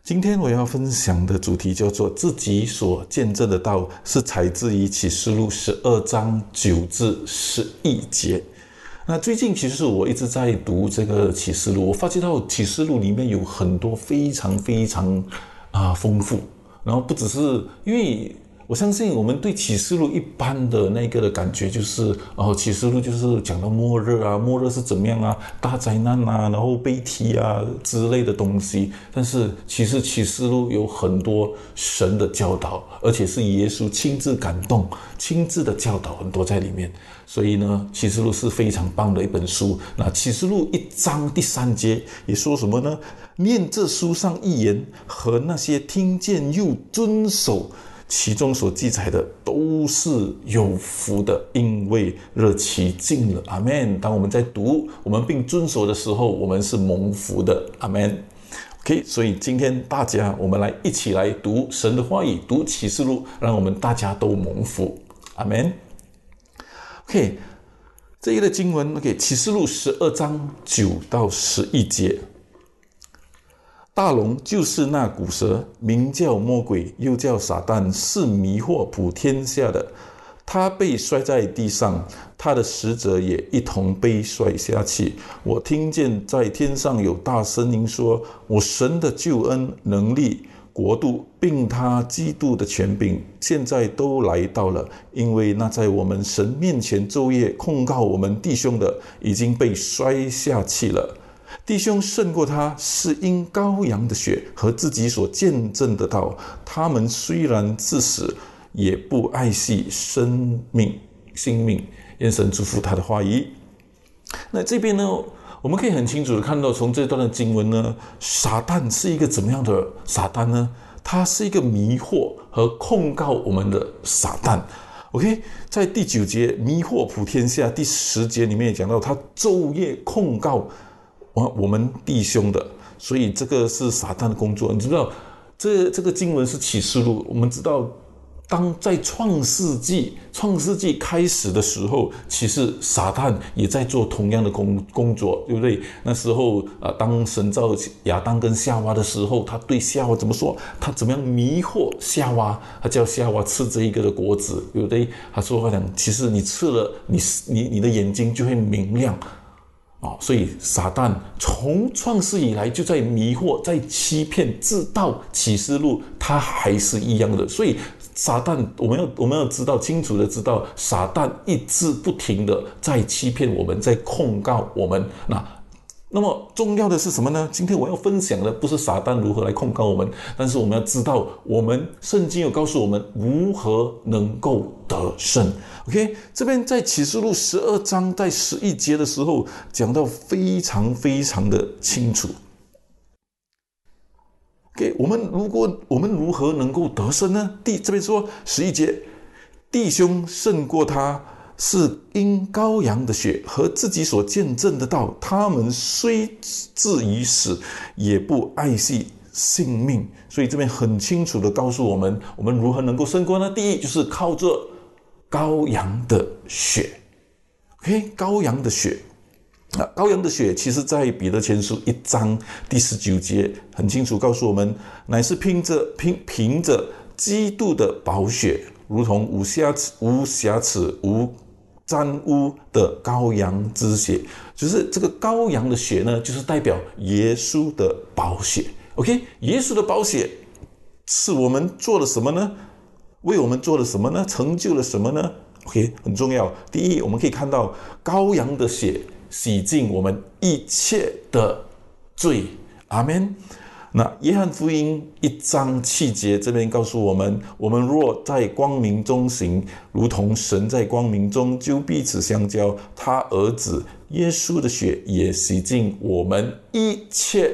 今天我要分享的主题叫做自己所见证的道，是采自于启示录12章9至11节。那最近其实我一直在读这个启示录，我发觉到启示录里面有很多非常丰富，然后不只是因为我相信我们对启示录一般的那个的感觉就是启示录就是讲到末日啊，末日是怎么样啊，大灾难啊，然后被提啊之类的东西。但是其实启示录有很多神的教导，而且是耶稣亲自感动亲自的教导很多在里面。所以呢，启示录是非常棒的一本书。那启示录1章第3节也说什么呢？念这书上一言和那些听见又遵守其中所记载的都是有福的，因为日期近了。阿们。当我们在读我们并遵守的时候，我们是蒙福的。阿们。OK， 所以今天大家我们一起来读神的话语，读启示录，让我们大家都蒙福。阿们。OK， 这一个经文 OK， 启示录12章9到11节。大龙就是那古蛇，名叫魔鬼，又叫撒旦，是迷惑普天下的。他被摔在地上，他的使者也一同被摔下去。我听见在天上有大声音说：我神的救恩、能力、国度，并他基督的权柄，现在都来到了，因为那在我们神面前昼夜控告我们弟兄的，已经被摔下去了。弟兄胜过他，是因羔羊的血和自己所见证的道。他们虽然致死，也不爱惜性命。愿神祝福他的话语。那这边呢，我们可以很清楚的看到，从这段的经文呢，撒旦是一个怎么样的撒旦呢？他是一个迷惑和控告我们的撒旦。OK， 在第9节迷惑普天下，第10节里面也讲到他昼夜控告我们弟兄的，所以这个是撒旦的工作。你知道这个经文是启示录，我们知道当在创世纪开始的时候，其实撒旦也在做同样的工作，对不对？那时候当神造亚当跟夏娃的时候，他对夏娃怎么说？他怎么样迷惑夏娃？他叫夏娃吃这一个的果子，对不对？他讲其实你吃了，你的眼睛就会明亮。所以撒旦从创世以来就在迷惑，在欺骗，直到启示录他还是一样的。所以撒旦我们要知道，清楚的知道，撒旦一直不停的在欺骗我们，在控告我们。那么重要的是什么呢？今天我要分享的不是撒旦如何来控告我们，但是我们要知道，我们圣经有告诉我们如何能够得胜。OK， 这边在启示录12章在11节的时候讲到非常的清楚。OK， 我们如何能够得胜呢？这边说11节，弟兄胜过他，是因羔羊的血和自己所见证的道，他们虽至于死，也不爱惜性命。所以这边很清楚的告诉我们如何能够胜过呢？第一就是靠着羔羊的血。OK， 羔羊的血。羔羊的血其实在彼得前书1章第19节很清楚告诉我们，乃是凭着基督的宝血，如同无瑕疵无沾污的羔羊之血。就是这个羔羊的血呢，就是代表耶稣的宝血。OK， 耶稣的宝血是我们做了什么呢？为我们做了什么呢？成就了什么呢？ OK， 很重要。第一，我们可以看到羔羊的血洗净我们一切的罪。阿们。那约翰福音1章7节这边告诉我们，我们若在光明中行，如同神在光明中，就彼此相交。他儿子耶稣的血也洗净我们一切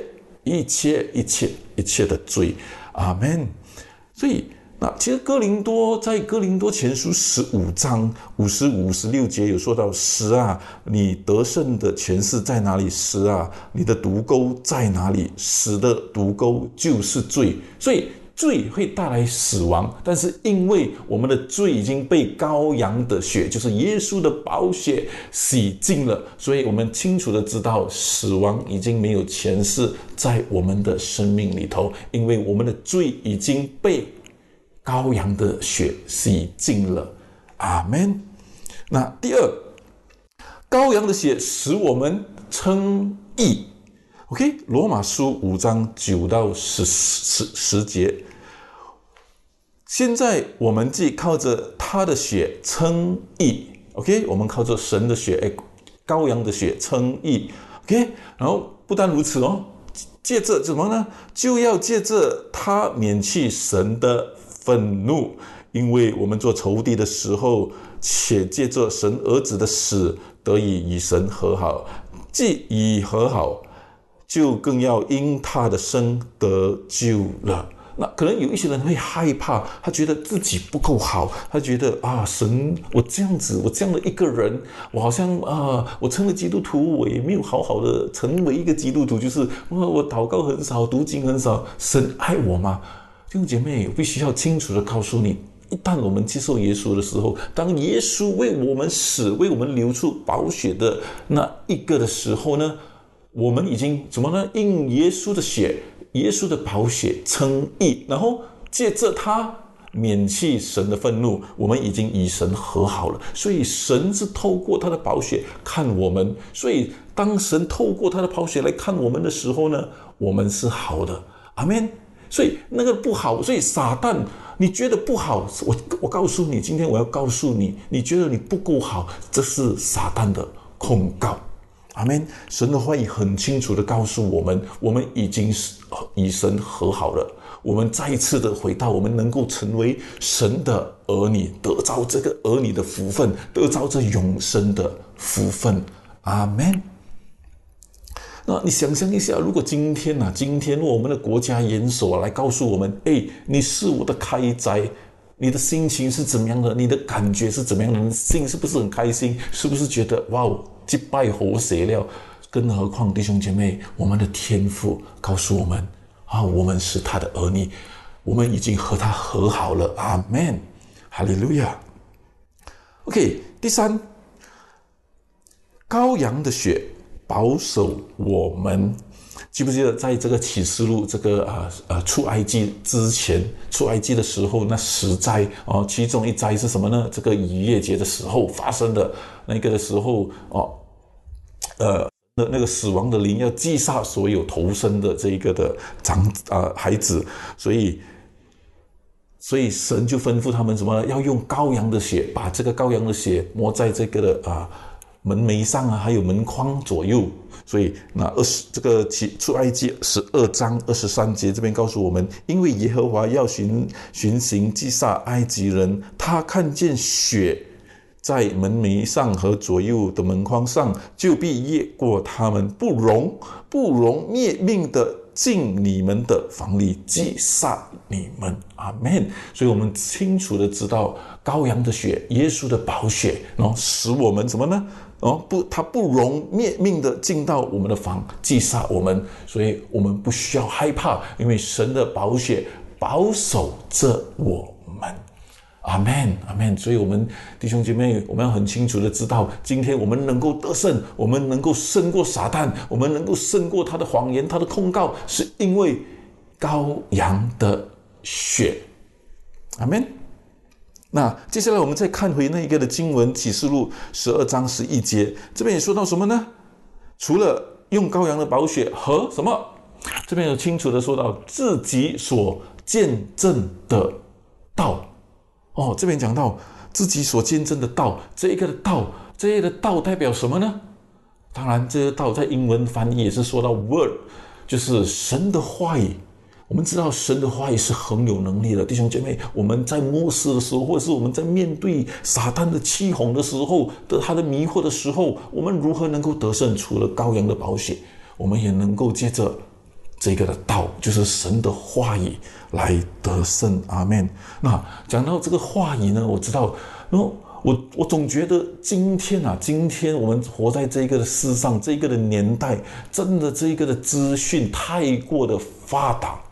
的罪。阿们。所以其实在哥林多前书15章55、56节有说到，死啊，你得胜的权势在哪里？死啊，你的毒钩在哪里？死的毒钩就是罪。所以罪会带来死亡，但是因为我们的罪已经被羔羊的血，就是耶稣的宝血洗净了，所以我们清楚的知道死亡已经没有权势在我们的生命里头，因为我们的罪已经被羔羊的血洗净了。阿们。那第二，羔羊的血使我们称义。OK， 罗马书5章9到10节。现在我们既靠着他的血称义 ，OK， 我们靠着神的血，羔羊的血称义 ，OK， 然后不但如此哦，借着什么呢？就要借着他免去神的愤怒，因为我们做仇敌的时候，且借着神儿子的死得以与神和好，既已和好，就更要因他的生得救了。那可能有一些人会害怕，他觉得自己不够好，他觉得神，我这样子，我这样的一个人，我好像我成了基督徒，我也没有好好的成为一个基督徒，就是我祷告很少，读经很少，神爱我吗？弟兄姐妹，我必须要清楚的告诉你，一旦我们接受耶稣的时候，当耶稣为我们死，为我们流出宝血的那一个的时候呢，我们已经什么呢？因耶稣的血，耶稣的宝血称义，然后借着他免去神的愤怒，我们已经与神和好了。所以神是透过他的宝血看我们，所以当神透过他的宝血来看我们的时候呢，我们是好的。阿们。所以那个不好，所以撒旦你觉得不好，我告诉你，今天我要告诉你，你觉得你不够好，这是撒旦的控告。阿们。神的话语很清楚的告诉我们，我们已经与神和好了，我们再一次的回到我们能够成为神的儿女，得着这个儿女的福分，得着这永生的福分。阿们。那你想象一下，如果今天我们的国家元首来告诉我们，你是我的开斋，你的心情是怎么样的？你的感觉是怎么样的？你心是不是很开心？是不是觉得哇，击败活血了？更何况弟兄姐妹，我们的天父告诉我们我们是他的儿女，我们已经和他和好了。阿们，哈利路亚。OK， 第三，羔羊的血保守我们。记不记得在这个启示录这个出埃及之前，出埃及的时候那10灾其中一灾是什么呢？这个逾越节的时候发生的那个的时候那个死亡的灵要击杀所有投生的这一个的孩子，所以神就吩咐他们什么呢？要用羔羊的血，把这个羔羊的血抹在这个的门楣上还有门框左右。所以这个出埃及12章23节这边告诉我们，因为耶和华要巡行击杀埃及人，他看见血在门楣上和左右的门框上，就必越过他们，不容灭命的进你们的房里击杀你们。阿们。所以我们清楚的知道，羔羊的血，耶稣的宝血，使我们什么呢？他不容灭命的进到我们的房击杀我们，所以我们不需要害怕，因为神的宝血保守着我们。阿们，阿们。所以我们弟兄姐妹，我们要很清楚的知道，今天我们能够得胜，我们能够胜过撒旦，我们能够胜过他的谎言，他的控告，是因为羔羊的血。阿们。那接下来我们再看回那一个的经文，启示录12章11节，这边也说到什么呢？除了用羔羊的宝血和什么？这边有清楚的说到自己所见证的道。这边讲到自己所见证的道，这一个的道代表什么呢？当然这个道在英文翻译也是说到 word， 就是神的话语。我们知道神的话语是很有能力的，弟兄姐妹，我们在末世的时候，或者是我们在面对撒旦的欺哄的时候，他的迷惑的时候，我们如何能够得胜？除了羔羊的宝血，我们也能够借着这个的道，就是神的话语来得胜。阿们。那讲到这个话语呢，我知道，我总觉得今天我们活在这个的世上，这个的年代，真的这个的资讯太过的发达。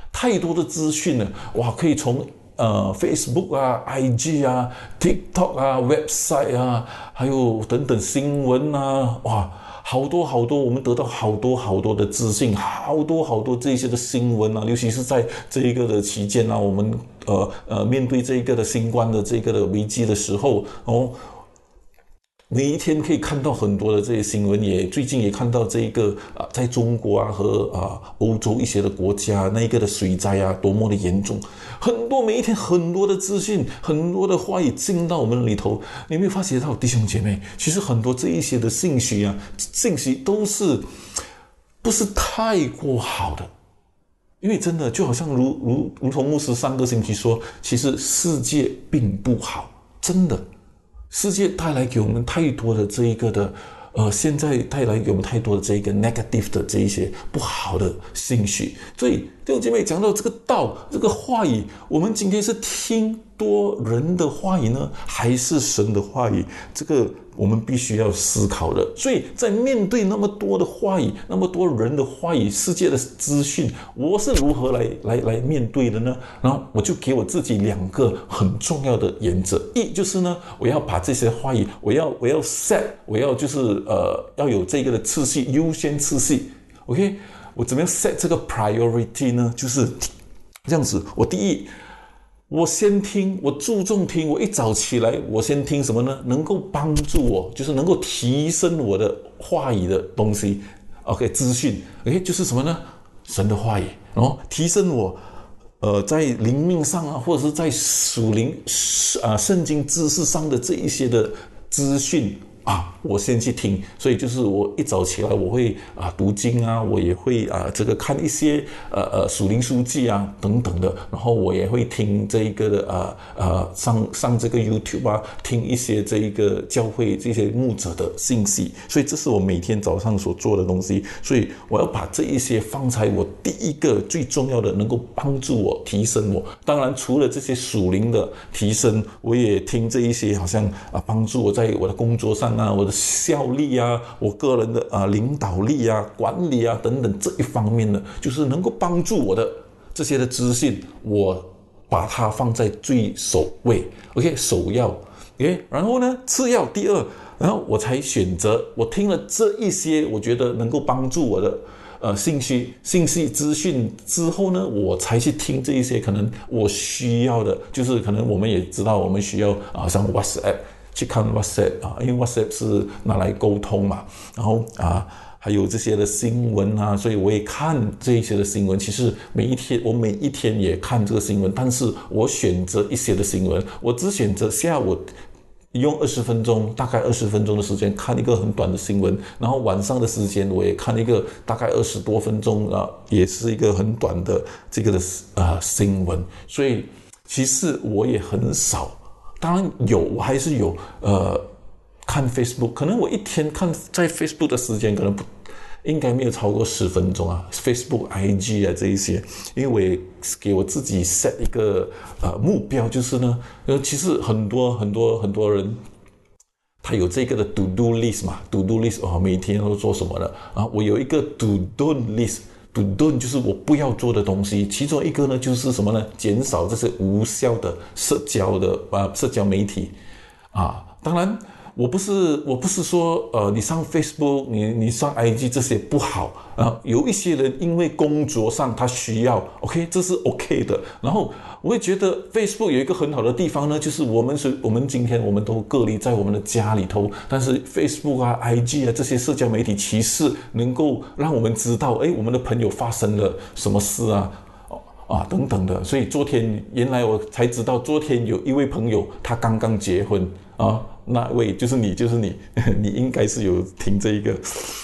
太多的资讯了，哇，可以从Facebook 啊、IG 啊、TikTok 啊、website 啊，还有等等新闻啊，哇，好多好多，我们得到好多好多的资讯，好多好多这些的新闻啊，尤其是在这一个的期间啊，我们面对这一个的新冠的这个的危机的时候，每一天可以看到很多的这些新闻，最近也看到这一个在中国啊和欧洲一些的国家那一个的水灾啊多么的严重，每一天很多的资讯，很多的话语进到我们里头，你有没有发觉到弟兄姐妹，其实很多这一些的信息都是不是太过好的，因为真的就好像如同牧师上个星期说，其实世界并不好，真的。世界带来给我们太多的这一个的，现在带来给我们太多的这一个 negative 的这一些不好的信息。所以弟兄姐妹讲到这个道，这个话语，我们今天是听多人的话语呢，还是神的话语？这个我们必须要思考的。所以在面对那么多的话语，那么多人的话语，世界的资讯，我是如何来面对的呢？然后我就给我自己2个很重要的原则，一就是呢，我要把这些话语，我要 set， 我要就是要有这个的次序，优先次序。OK， 我怎么样 set 这个 priority 呢？就是这样子，第一。我先听，我注重听，我一早起来，我先听什么呢？能够帮助我，就是能够提升我的话语的东西。OK， 资讯 ，OK， 就是什么呢？神的话语，然后提升我，在灵命上啊，或者是在属灵圣经知识上的这一些的资讯。我先去听，所以就是我一早起来，我会读经啊，我也会这个看一些属灵书籍啊等等的，然后我也会听这一个的上这个 YouTube 啊，听一些这一个教会这些牧者的信息，所以这是我每天早上所做的东西，所以我要把这一些放在我第一个最重要的，能够帮助我提升我。当然，除了这些属灵的提升，我也听这一些好像帮助我在我的工作上。我的效率啊，我个人的领导力啊、管理啊等等这一方面呢，就是能够帮助我的这些的资讯，我把它放在最首位 ，OK， 首要 ，OK， 然后呢，次要，第二，然后我才选择，我听了这一些，我觉得能够帮助我的信息资讯之后呢，我才去听这一些可能我需要的，就是可能我们也知道我们需要像 WhatsApp。去看 WhatsApp 因为 WhatsApp 是拿来沟通嘛，然后还有这些的新闻啊，所以我也看这一些的新闻。其实我每一天也看这个新闻，但是我选择一些的新闻，我只选择下午用20分钟，大概20分钟的时间看一个很短的新闻，然后晚上的时间我也看一个大概20多分钟也是一个很短的这个的新闻。所以其实我也很少。当然我还是有看 Facebook， 可能我一天看在 Facebook 的时间可能应该没有超过10分钟Facebook IG 这一些，因为我也给我自己 set 一个目标，就是呢其实很多人他有这个的 to do list 嘛 ，to do list 每天都做什么的我有一个 to don't list。to do 就是我不要做的东西，其中一个呢就是什么呢？减少这些无效的社交媒体当然，我不是说你上 Facebook 你上 IG 这些不好有一些人因为工作上他需要 OK， 这是 OK 的。然后我会觉得 Facebook 有一个很好的地方呢，就是我们今天我们都各立在我们的家里头，但是 Facebook IG 这些社交媒体其实能够让我们知道我们的朋友发生了什么事等等的。所以原来我才知道，昨天有一位朋友他刚刚结婚那位就是你你应该是有听这一个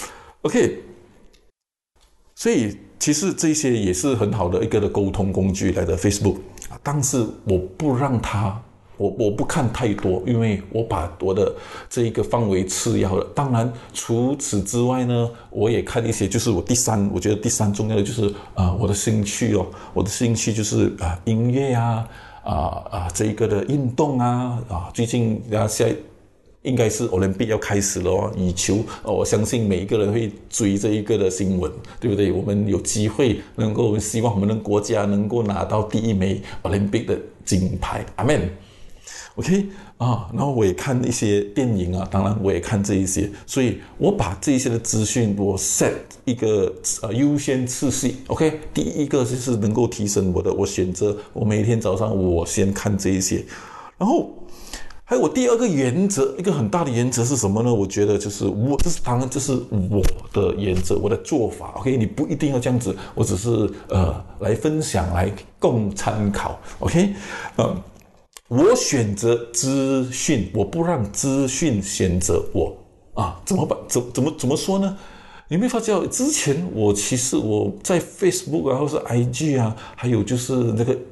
OK。 所以其实这些也是很好的一个的沟通工具来的 Facebook， 但是我不让它我不看太多，因为我把我的这一个范围次要了。当然除此之外呢，我也看一些，就是我觉得第三重要的就是我的兴趣我的兴趣就是音乐这一个的运动最近应该是 Olympic 要开始了哦，羽球我相信每一个人会追这一个的新闻，对不对？我们有机会能够希望我们的国家能够拿到第一枚 Olympic 的金牌，阿们。OK 然后我也看一些电影当然我也看这一些，所以我把这一些的资讯我 set 一个优先次序。OK， 第一个就是能够提升我选择，我每天早上我先看这一些，然后还有我第二个原则，一个很大的原则是什么呢？我觉得就是当然这是我的原则，我的做法。OK， 你不一定要这样子，我只是来分享，来供参考。OK，我选择资讯，我不让资讯选择我怎么办？怎么说呢？你没发觉之前其实我在 Facebook 或是 IG 还有就是那个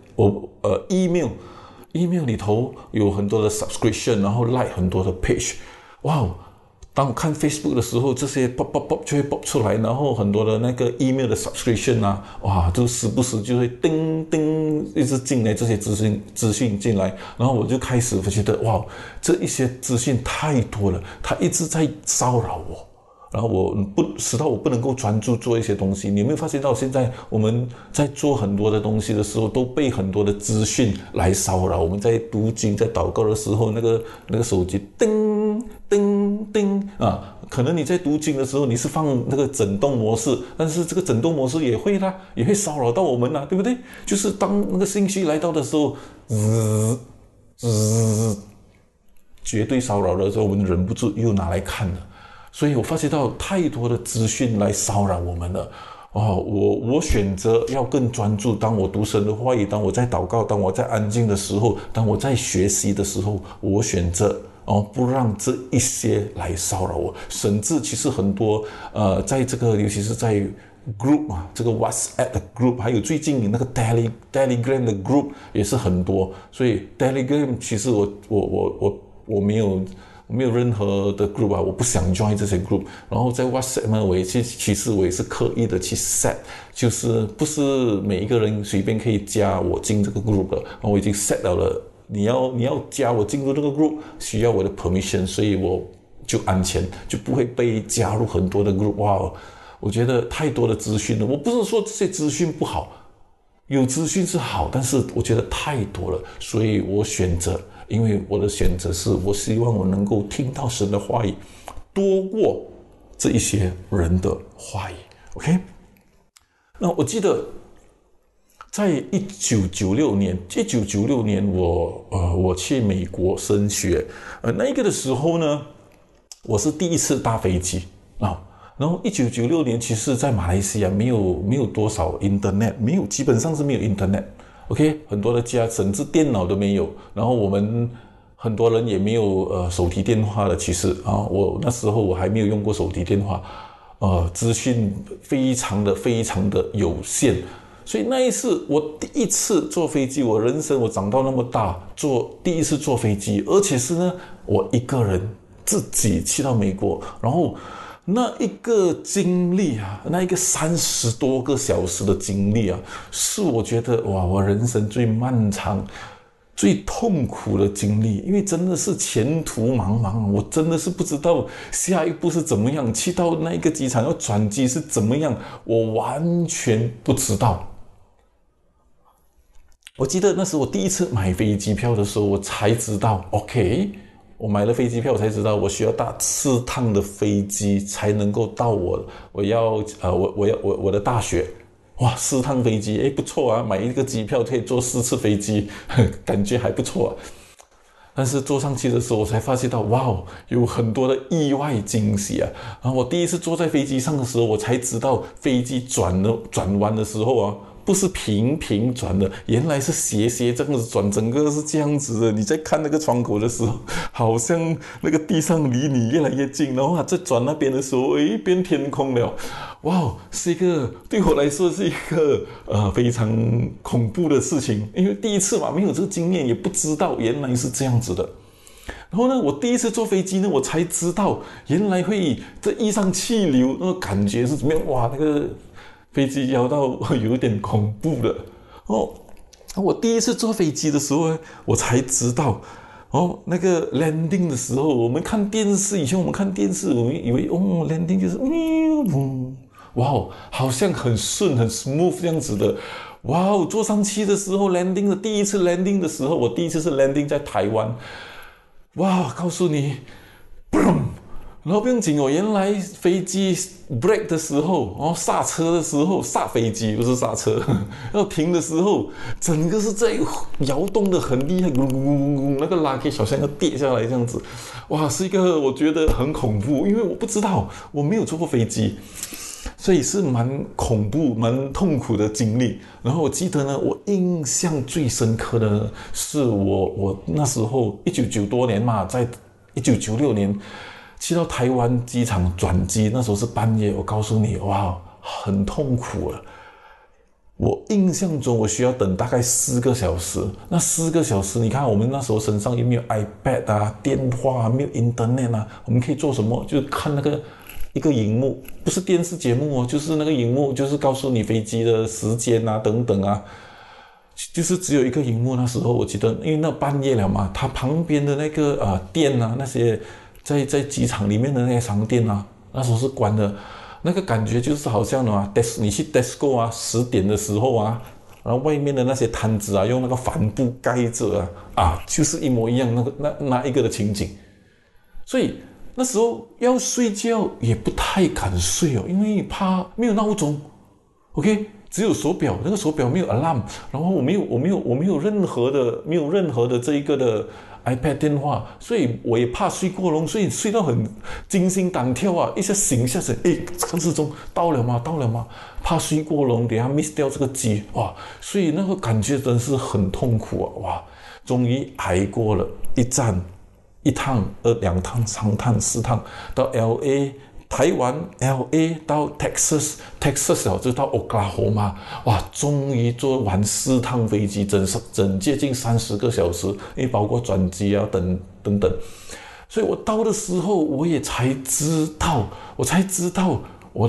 email 里头有很多的 subscription， 然后 like 很多的 page， 当我看 Facebook 的时候，这些 pop 就会 pop 出来，然后很多的那个 email 的 subscription就时不时就会叮叮一直进来这些资讯进来，然后我就开始觉得这一些资讯太多了，它一直在骚扰我。然后使到我不能够专注做一些东西。你有没有发现到现在我们在做很多的东西的时候，都被很多的资讯来骚扰？我们在读经、在祷告的时候，那个手机叮叮叮可能你在读经的时候你是放那个震动模式，但是这个震动模式也会骚扰到我们对不对？就是当那个信息来到的时候，绝对骚扰的时候，我们忍不住又拿来看了。所以我发现到太多的资讯来骚扰我们了我选择要更专注。当我读神的话语，当我在祷告，当我在安静的时候，当我在学习的时候，我选择不让这一些来骚扰我。甚至其实很多在这个尤其是在 group 这个 WhatsApp 的 group， 还有最近那个 Telegram 的 group 也是很多。所以 Telegram 其实我没有任何的 group 我不想 join 这些 group。然后在 WhatsApp 呢，其实我也是刻意的去 set， 就是不是每一个人随便可以加我进这个 group 的。然后我已经 set 到了，你要加我进入这个 group， 需要我的 permission， 所以我就安全，就不会被加入很多的 group。我觉得太多的资讯了。我不是说这些资讯不好，有资讯是好，但是我觉得太多了，所以我选择。因为我的选择是我希望我能够听到神的话语多过这一些人的话语。 OK， 那我记得在1996年我去美国升学那一个的时候呢，我是第一次搭飞机然后1996年其实在马来西亚没有多少 internet， 基本上是没有 internet。OK， 很多的家甚至电脑都没有，然后我们很多人也没有手提电话的。其实我那时候我还没有用过手提电话，资讯非常的有限。所以那一次我第一次坐飞机，我人生我长到那么大第一次坐飞机，而且是呢我一个人自己去到美国，然后那一个经历那一个30多个小时的经历是我觉得我人生最漫长最痛苦的经历。因为真的是前途茫茫，我真的是不知道下一步是怎么样，去到那个机场要转机是怎么样，我完全不知道。我记得那时我第一次买飞机票的时候，我才知道 OK，我买了飞机票，我才知道我需要搭4趟的飞机才能够到我的大学。4趟飞机，不错买一个机票可以坐4次飞机，感觉还不错但是坐上去的时候，我才发现到有很多的意外惊喜然后我第一次坐在飞机上的时候，我才知道飞机转弯的时候不是平转的，原来是斜这样子转，整个是这样子的。你在看那个窗口的时候，好像那个地上离你越来越近，然后在转那边的时候，变天空了。是一个对我来说是一个非常恐怖的事情，因为第一次没有这个经验，也不知道原来是这样子的。然后呢，我第一次坐飞机呢，我才知道原来会这一上气流，那个感觉是怎么样。那个飞机摇到有点恐怖的我第一次坐飞机的时候我才知道那个 landing 的时候，我们看电视，以前我们看电视，我们以为landing 就是哇，好像很顺很 smooth 这样子的。哇，坐上去的时候 landing 的第一次 landing 的时候，我第一次是 landing 在台湾。哇，告诉你 boom， 然后不用紧哦，原来飞机 break 的时候，刹车的时候，刹飞机不是刹车，要停的时候，整个是在摇动的很厉害，那个拉 K 好像要跌下来这样子。哇，是一个我觉得很恐怖，因为我不知道，我没有坐过飞机。所以是蛮恐怖、蛮痛苦的经历。然后我记得呢，我印象最深刻的呢，是我那时候1990多年嘛，在1996年去到台湾机场转机，那时候是半夜。我告诉你，哇，很痛苦了。我印象中我需要等大概4个小时。那4个小时，你看我们那时候身上也没有 iPad 啊、电话啊，没有 Internet 啊，我们可以做什么？就是看那个。一个荧幕，不是电视节目就是那个荧幕，就是告诉你飞机的时间啊等等啊，就是只有一个荧幕。那时候我记得，因为那半夜了嘛，它旁边的那个店啊，那些在机场里面的那些商店啊，那时候是关的。那个感觉就是好像你去 Tesco 啊，10点的时候啊，然后外面的那些摊子啊，用那个帆布盖着就是一模一样那一个的情景。所以那时候要睡觉也不太敢睡因为怕没有闹钟 ，OK， 只有手表，那个手表没有 alarm， 然后我没有任何的这一个的 iPad 电话，所以我也怕睡过笼，所以睡到很惊心胆跳啊，一下醒一下子，3时钟到了吗？怕睡过笼，等下 miss 掉这个机，哇，所以那个感觉真是很痛苦哇，终于挨过了一站。1趟、2趟、3趟、4趟，到 LA 台湾 LA 到 Texas 就到 Oklahoma， 哇，终于坐完4趟飞机，整接近30个小时，因为包括转机啊等等。所以我到的时候，我才知道我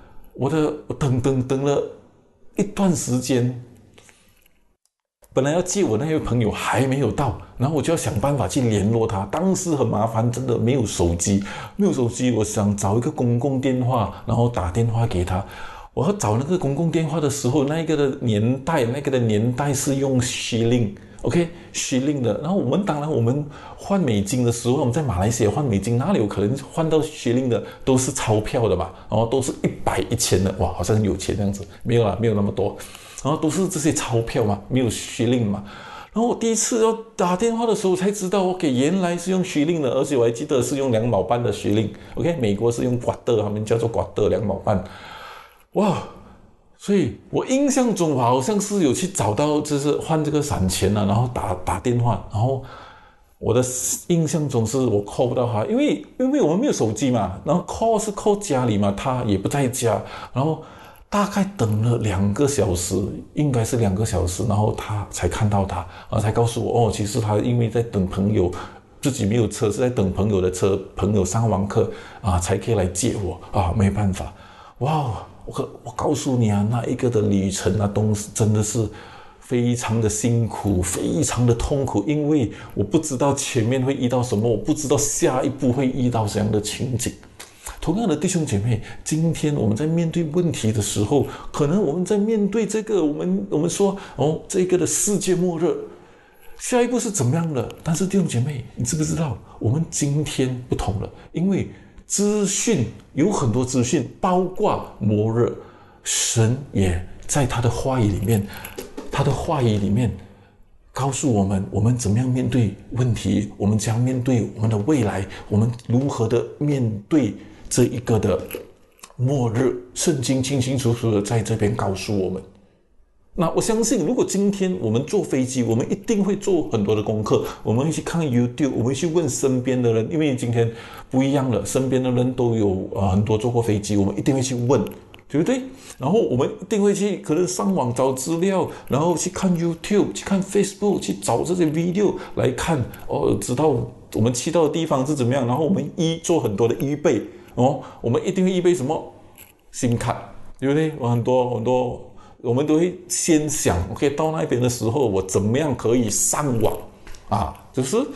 等了一段时间。本来要接我那位朋友还没有到，然后我就要想办法去联络他。当时很麻烦，真的没有手机，我想找一个公共电话，然后打电话给他。我要找那个公共电话的时候，那个的年代是用 shilling，OK， shilling 的。然后我们换美金的时候，我们在马来西亚换美金，哪里有可能换到 shilling 的？都是钞票的嘛，然后都是100、1000的，哇，好像很有钱这样子。没有那么多。然后都是这些钞票嘛，没有shilling嘛。然后我第一次要打电话的时候才知道 ，OK， 原来是用shilling的，而且我还记得是用2毛半的shilling。OK， 美国是用quarter，他们叫做quarter2毛半。哇，所以我印象中我好像是有去找到，就是换这个散钱然后打电话，然后我的印象中是我 call 不到他，因为我们没有手机嘛，然后 call 是 call 家里嘛，他也不在家，然后。大概等了2个小时，应该是2个小时，然后他才看到他，然后才告诉我其实他因为在等朋友，自己没有车，是在等朋友的车，朋友上完课才可以来接我没办法。哇，我告诉你那一个的旅程东西真的是非常的辛苦，非常的痛苦，因为我不知道前面会遇到什么，我不知道下一步会遇到什么样的情景。同样的弟兄姐妹，今天我们在面对问题的时候，可能我们在面对这个我们说这个的世界末日，下一步是怎么样的？但是弟兄姐妹，你知不知道我们今天不同了？因为资讯有很多资讯，包括末日，神也在他的话语里面告诉我们，我们怎么样面对问题，我们将面对我们的未来，我们如何的面对这一个的末日，圣经清清楚楚的在这边告诉我们。那我相信，如果今天我们坐飞机，我们一定会做很多的功课，我们会去看 YouTube， 我们会去问身边的人，因为今天不一样了，身边的人都有很多坐过飞机，我们一定会去问，对不对？然后我们一定会去可能上网找资料，然后去看 YouTube， 去看 Facebook， 去找这些 video 来看知道我们去到的地方是怎么样，然后我们做很多的预备我们一定会预备什么SIM卡，对不对？很多我们都会先想 OK， 到那边的时候我怎么样可以上网就是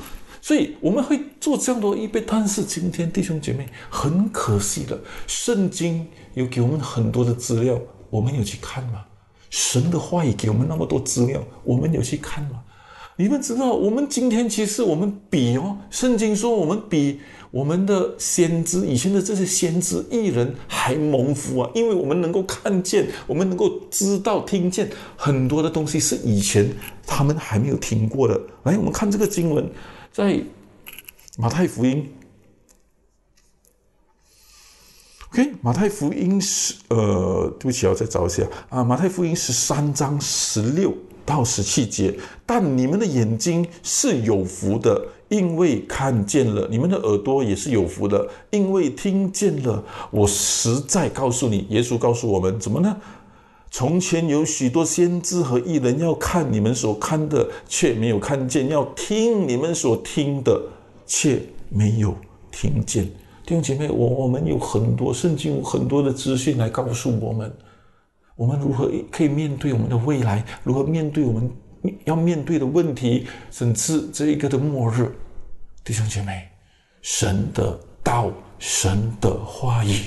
所以我们会做这样多预备，但是今天弟兄姐妹很可惜了，圣经有给我们很多的资料，我们有去看吗？神的话语给我们那么多资料，我们有去看吗？你们知道，我们今天其实我们比圣经说我们比我们的先知，以前的这些先知艺人还蒙福啊，因为我们能够看见，我们能够知道听见很多的东西是以前他们还没有听过的。来，我们看这个经文，在马太福音，OK， 马太福音对不起，我再找一下啊，马太福音13章16到17节，但你们的眼睛是有福的，因为看见了；你们的耳朵也是有福的，因为听见了。我实在告诉你，耶稣告诉我们，怎么呢？从前有许多先知和义人要看你们所看的，却没有看见；要听你们所听的，却没有听见。弟兄姐妹，我们有很多圣经有很多的资讯来告诉我们，我们如何可以面对我们的未来，如何面对我们要面对的问题，甚至这一个的末日。弟兄姐妹，神的道，神的话语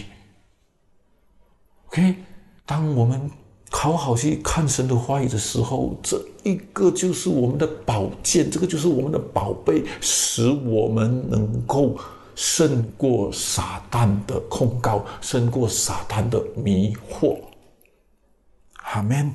OK， 当我们好好去看神的话语的时候，这一个就是我们的宝剑，这个就是我们的宝贝，使我们能够胜过撒旦的控告，胜过撒旦的迷惑。阿们。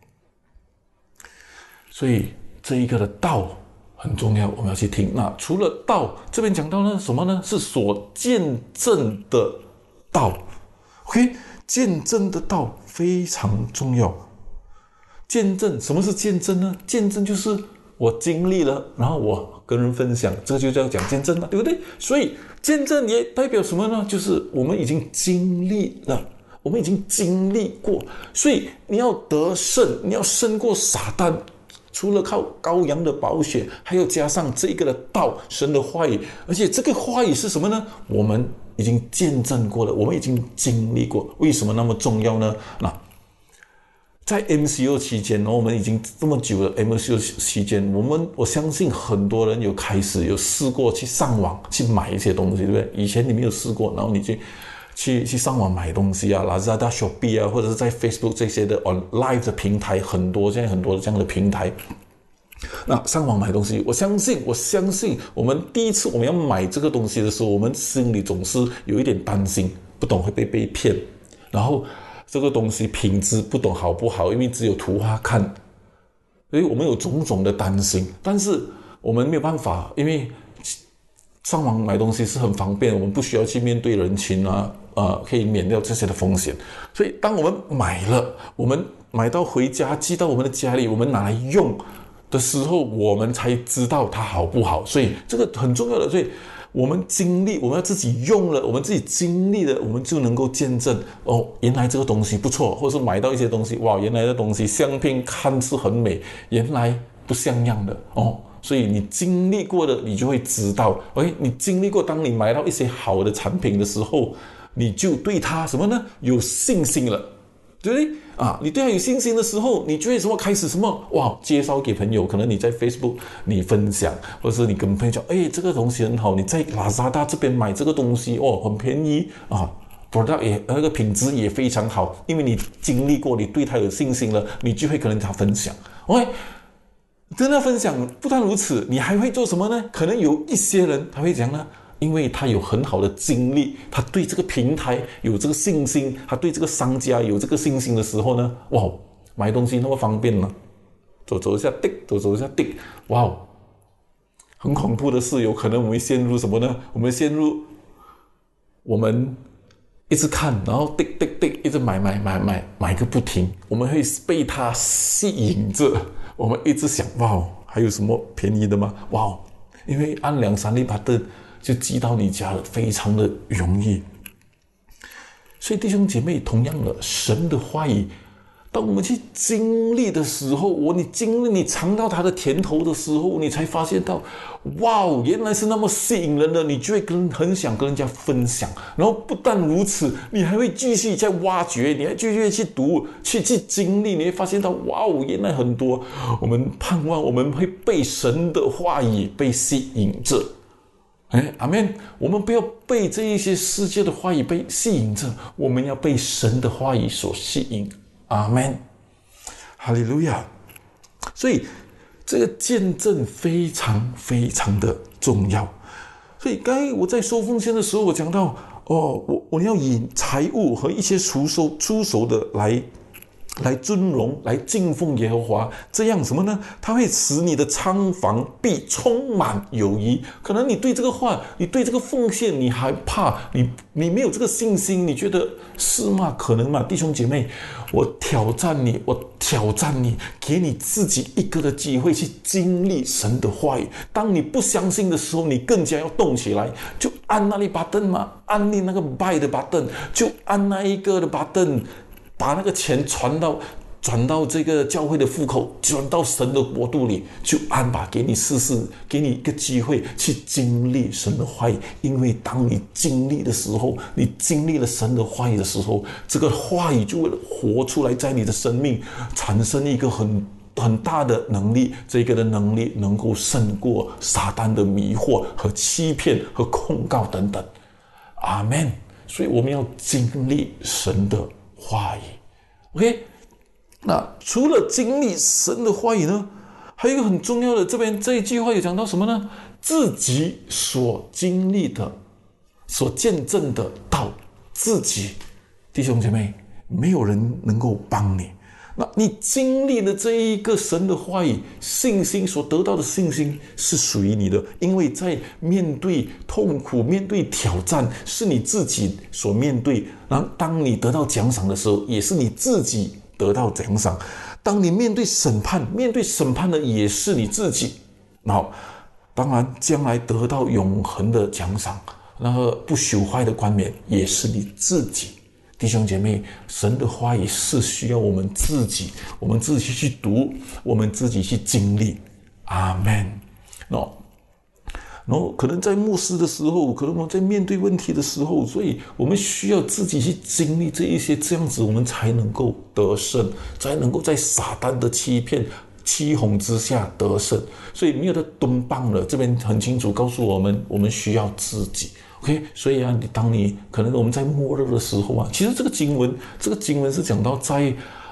所以这一个的道很重要，我们要去听。那除了道，这边讲到呢什么呢？是所见证的道。OK， 见证的道非常重要。见证，什么是见证呢？见证就是我经历了，然后我跟人分享，这个就叫讲见证了，对不对？所以见证也代表什么呢？就是我们已经经历了，我们已经经历过。所以你要得胜，你要胜过撒旦，除了靠羔羊的宝血，还要加上这个的道，神的话语。而且这个话语是什么呢？我们已经见证过了，我们已经经历过。为什么那么重要呢？那在 MCO 期间，我们已经这么久了。MCO 期间，我相信很多人有试过去上网去买一些东西，对不对？以前你没有试过，然后你去上网买东西啊 ，Lazada、Shopee 啊，或者是在 Facebook 这些的 live 的平台，现在很多这样的平台。那上网买东西，我相信我们第一次我们要买这个东西的时候，我们心里总是有一点担心，不懂会被骗，然后这个东西品质不懂好不好，因为只有图画看，所以我们有种种的担心。但是我们没有办法，因为上网买东西是很方便，我们不需要去面对人群可以免掉这些的风险。所以当我们买了，我们买到回家寄到我们的家里，我们拿来用的时候，我们才知道它好不好。所以这个很重要的。所以我们经历，我们要自己用了，我们自己经历了，我们就能够见证原来这个东西不错，或者是买到一些东西，哇，原来的东西相片看似很美，原来不像样的所以你经历过的，你就会知道。你经历过，当你买到一些好的产品的时候，你就对它什么呢？有信心了，对不对？你对它有信心的时候，你就会开始介绍给朋友。可能你在 Facebook 你分享，或者是你跟朋友讲，这个东西很好，你在 Lazada 这边买这个东西很便宜product 也那个品质也非常好，因为你经历过，你对它有信心了，你就会跟他分享。跟他分享，不但如此，你还会做什么呢？可能有一些人他会讲呢，因为他有很好的经历，他对这个平台有这个信心，他对这个商家有这个信心的时候呢，买东西那么方便了，走一下滴，很恐怖的是，有可能我们会陷入什么呢？我们一直看，然后滴，一直买个不停，我们会被它吸引着，我们一直想，还有什么便宜的吗？因为按2-3粒button就寄到你家了，非常的容易。所以弟兄姐妹，同样的，神的话语当我们去经历的时候，你经历你尝到它的甜头的时候，你才发现到，哇，原来是那么吸引人的，你就会很想跟人家分享。然后不但如此，你还会继续在挖掘，你还继续去读，去经历，你会发现到，哇，原来很多我们盼望我们会被神的话语被吸引着。阿们，我们不要被这一些世界的话语被吸引着，我们要被神的话语所吸引。阿们，哈利路亚。所以这个见证非常非常的重要。所以刚才我在收奉献的时候，我讲到我要以财物和一些出手的来尊荣，来敬奉耶和华，这样什么呢？它会使你的仓房必充满有余。可能你对这个话，你对这个奉献，你还怕，你没有这个信心，你觉得是吗？可能吗？弟兄姐妹，我挑战你，给你自己一个的机会去经历神的话语。当你不相信的时候，你更加要动起来，就按那里button嘛，按你那个 buy 的button，就按那一个的button。把那个钱转到这个教会的户口，转到神的国度里，就按吧，给你试试，给你一个机会去经历神的话语。因为当你经历的时候，你经历了神的话语的时候，这个话语就会活出来，在你的生命产生一个很大的能力，这个的能力能够胜过撒旦的迷惑和欺骗和控告等等。阿们。所以我们要经历神的话语 ，OK？ 那除了经历神的话语呢，还有一个很重要的，这边这一句话有讲到什么呢？自己所经历的、所见证的道，自己弟兄姐妹，没有人能够帮你。那你经历的这一个神的话语，信心所得到的信心是属于你的，因为在面对痛苦、面对挑战，是你自己所面对。然后当你得到奖赏的时候，也是你自己得到奖赏。当你面对审判的也是你自己。然后，当然将来得到永恒的奖赏，那个不朽坏的冠冕也是你自己。弟兄姐妹，神的话语是需要我们自己去读，我们自己去经历。阿们。然后可能在牧师的时候，可能我们在面对问题的时候，所以我们需要自己去经历这一些，这样子我们才能够得胜，才能够在撒旦的欺哄之下得胜。所以没有得蹲棒了，这边很清楚告诉我们，我们需要自己。OK， 所以啊，当你可能我们在末日的时候啊，其实这个经文是讲到在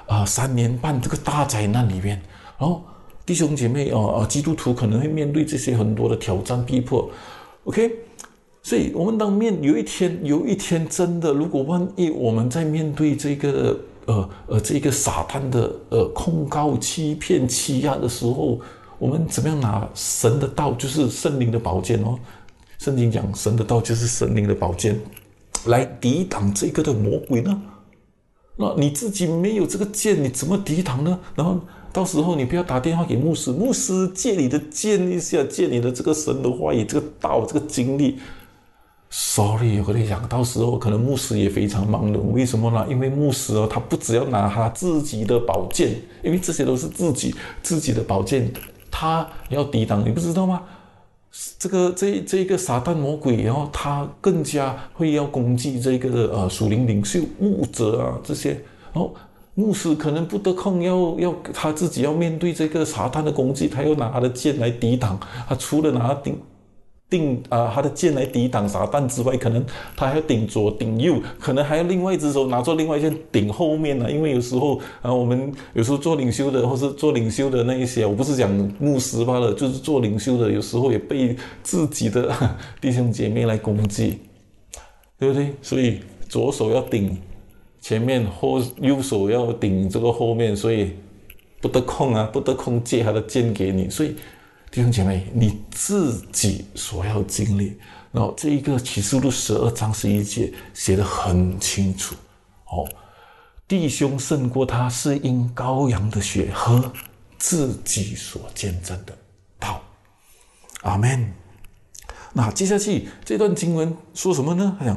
3年半这个大灾难里面，然后弟兄姐妹基督徒可能会面对这些很多的挑战逼迫 ，OK， 所以我们有一天真的，如果万一我们在面对这个这个撒旦的控告、欺骗、欺压的时候，我们怎么样拿神的道，就是圣灵的宝剑哦。圣经讲神的道就是神灵的宝剑，来抵挡这个的魔鬼呢？那你自己没有这个剑，你怎么抵挡呢？然后到时候你不要打电话给牧师借你的剑一下，借你的这个神的话语、这个道、这个经历。Sorry， 我跟你讲，到时候可能牧师也非常忙的。为什么呢？因为牧师他不只要拿他自己的宝剑，因为这些都是自己的宝剑，他要抵挡，你不知道吗？这个撒旦魔鬼，然后他更加会要攻击这个属灵领袖、牧者啊这些，然后牧师可能不得空要他自己要面对这个撒旦的攻击，他要拿他的剑来抵挡。他除了拿他的剑来抵挡撒旦之外，可能他还要顶左顶右，可能还要另外一只手拿着另外一件顶后面因为有时候我们有时候做领袖的，或是做领袖的那一些，我不是讲牧师罢了，就是做领袖的，有时候也被自己的弟兄姐妹来攻击，对不对？所以左手要顶前面，右手要顶这个后面，所以不得空借他的剑给你，所以弟兄姐妹，你自己所要经历，然后这一个启示录12章11节写得很清楚弟兄胜过他，是因羔羊的血和自己所见证的道。阿们。那接下去这段经文说什么呢？他讲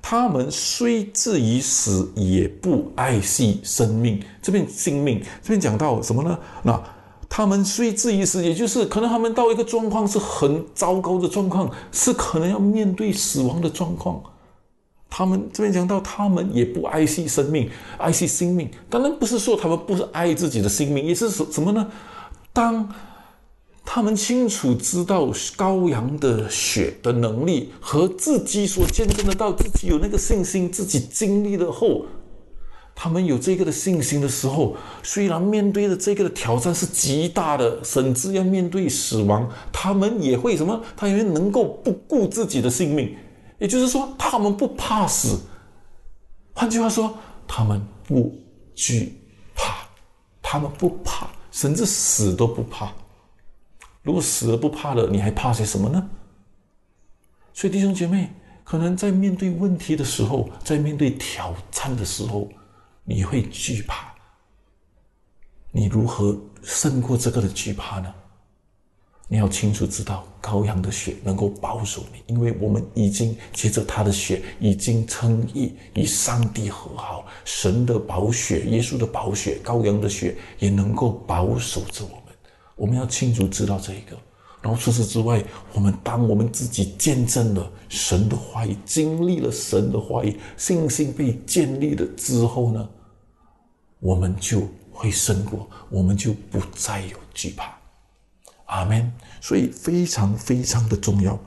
他们虽至于死，也不爱惜生命。这边性命，这边讲到什么呢？那他们虽至于死，也就是可能他们到一个状况是很糟糕的状况，是可能要面对死亡的状况。他们这边讲到，他们也不爱惜生命，爱惜性命。当然不是说他们不是爱自己的性命，也是什么呢？当他们清楚知道羔羊的血的能力和自己所见证得到，自己有那个信心，自己经历了后，他们有这个的信心的时候，虽然面对的这个的挑战是极大的，甚至要面对死亡，他们也会什么？他也能够不顾自己的性命，也就是说，他们不怕死。换句话说，他们不惧怕，他们不怕，甚至死都不怕。如果死了不怕了，你还怕些什么呢？所以弟兄姐妹，可能在面对问题的时候，在面对挑战的时候，你会惧怕。你如何胜过这个的惧怕呢？你要清楚知道，羔羊的血能够保守你，因为我们已经借着他的血已经称义，与上帝和好。神的宝血，耶稣的宝血，羔羊的血也能够保守着我们。我们要清楚知道这一个。然后除此之外，当我们自己见证了神的话语，经历了神的话语，信心被建立了之后呢，我们就会胜过，我们就不再有惧怕。阿们。所以非常非常的重要。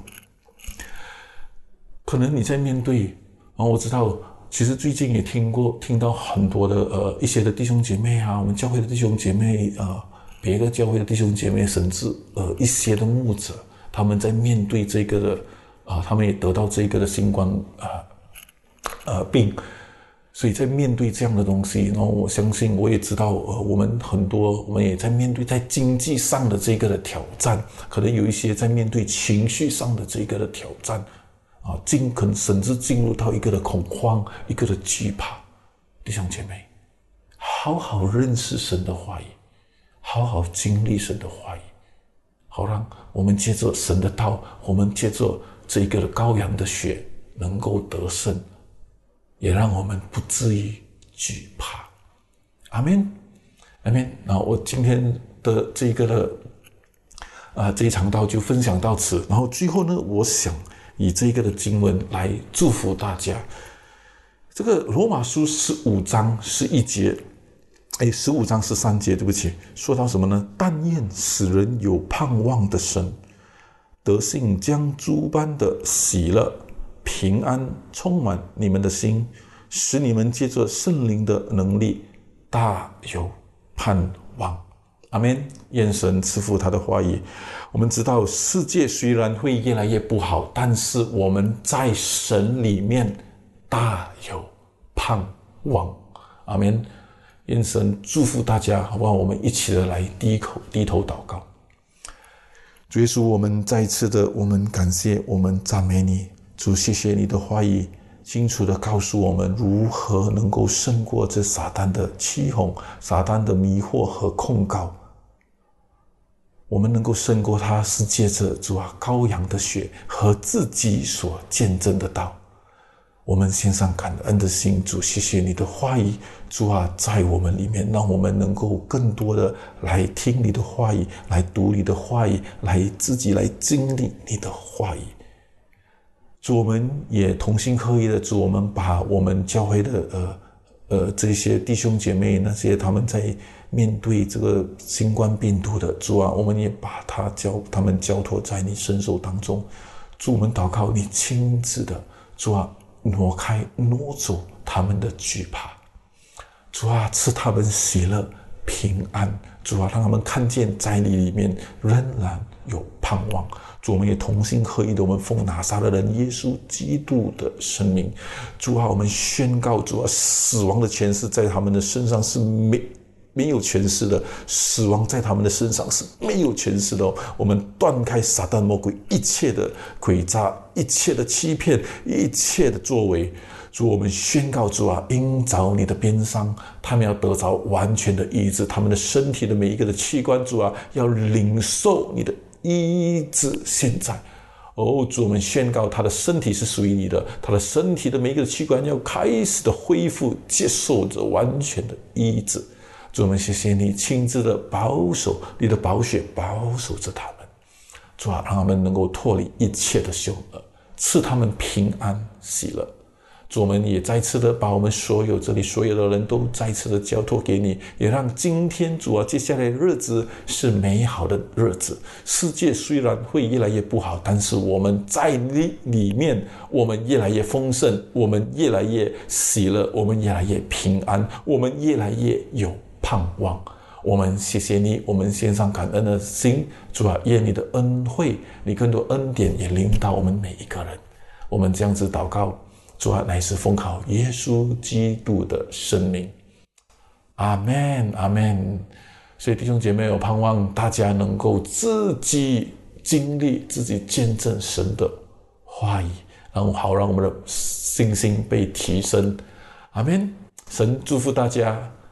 可能你在面对，我知道其实最近也听到很多的一些的弟兄姐妹啊，我们教会的弟兄姐妹别的教会的弟兄姐妹，甚至一些的牧者，他们在面对这个的他们也得到这个的新冠病。所以在面对这样的东西，然后我相信我也知道我们也在面对在经济上的这个的挑战，可能有一些在面对情绪上的这个的挑战可能甚至进入到一个的恐慌，一个的惧怕。弟兄姐妹，好好认识神的话语，好好经历神的话语，好让我们借着神的道，我们借着这个的羔羊的血能够得胜，也让我们不至于惧怕。阿们，阿们。那我今天的这个的这一场道就分享到此。然后最后呢，我想以这个的经文来祝福大家。这个罗马书15章11节，15章13节，对不起，说到什么呢？但愿使人有盼望的神，得幸将诸般的喜乐平安充满你们的心，使你们借着圣灵的能力大有盼望。阿们。愿神赐福他的话语。我们知道世界虽然会越来越不好，但是我们在神里面大有盼望。阿们。愿神祝福大家，好不好？我们一起的来低头祷告。主耶稣，我们再一次的我们感谢，我们赞美你。主，谢谢你的话语清楚的告诉我们如何能够胜过这撒旦的欺哄，撒旦的迷惑和控告。我们能够胜过他，是借着主羔羊的血和自己所见证的道。我们献上感恩的心。主，谢谢你的话语，主在我们里面，让我们能够更多的来听你的话语，来读你的话语，来自己来经历你的话语。主，我们也同心合意的，主，我们把我们教会的这些弟兄姐妹，那些他们在面对这个新冠病毒的，主我们也把他们交托在你身手当中。主，我们祷告你亲自的，主挪走他们的惧怕。主赐他们喜乐平安。主让他们看见在你里面仍然有盼望。主，我们也同心合意的，我们奉拿撒勒人耶稣基督的圣名，主我们宣告，主死亡的权势在他们的身上是没有权势的，死亡在他们的身上是没有权势的我们断开撒旦魔鬼一切的诡诈，一切的欺骗，一切的作为。主，我们宣告，主因着你的鞭伤，他们要得着完全的医治，他们的身体的每一个的器官，主要领受你的医治。现在主，我们宣告他的身体是属于你的，他的身体的每一个器官要开始的恢复，接受着完全的医治。主，我们谢谢你亲自的保守，你的宝血保守着他们。主啊，让他们能够脱离一切的凶恶，赐他们平安喜乐。主，我们也再次的把我们这里所有的人都再次的交托给你，也让今天主啊，接下来的日子是美好的日子。世界虽然会越来越不好，但是我们在你里面，我们越来越丰盛，我们越来越喜乐，我们越来越平安，我们越来越有盼望。我们谢谢你，我们献上感恩的心。主啊，愿你的恩惠，你更多恩典也临到我们每一个人。我们这样子祷告，主啊，乃是奉靠耶稣基督的圣名。阿们，阿们。所以弟兄姐妹，我盼望大家能够自己经历，自己见证神的话语，然后好让我们的信心被提升。阿们。神祝福大家。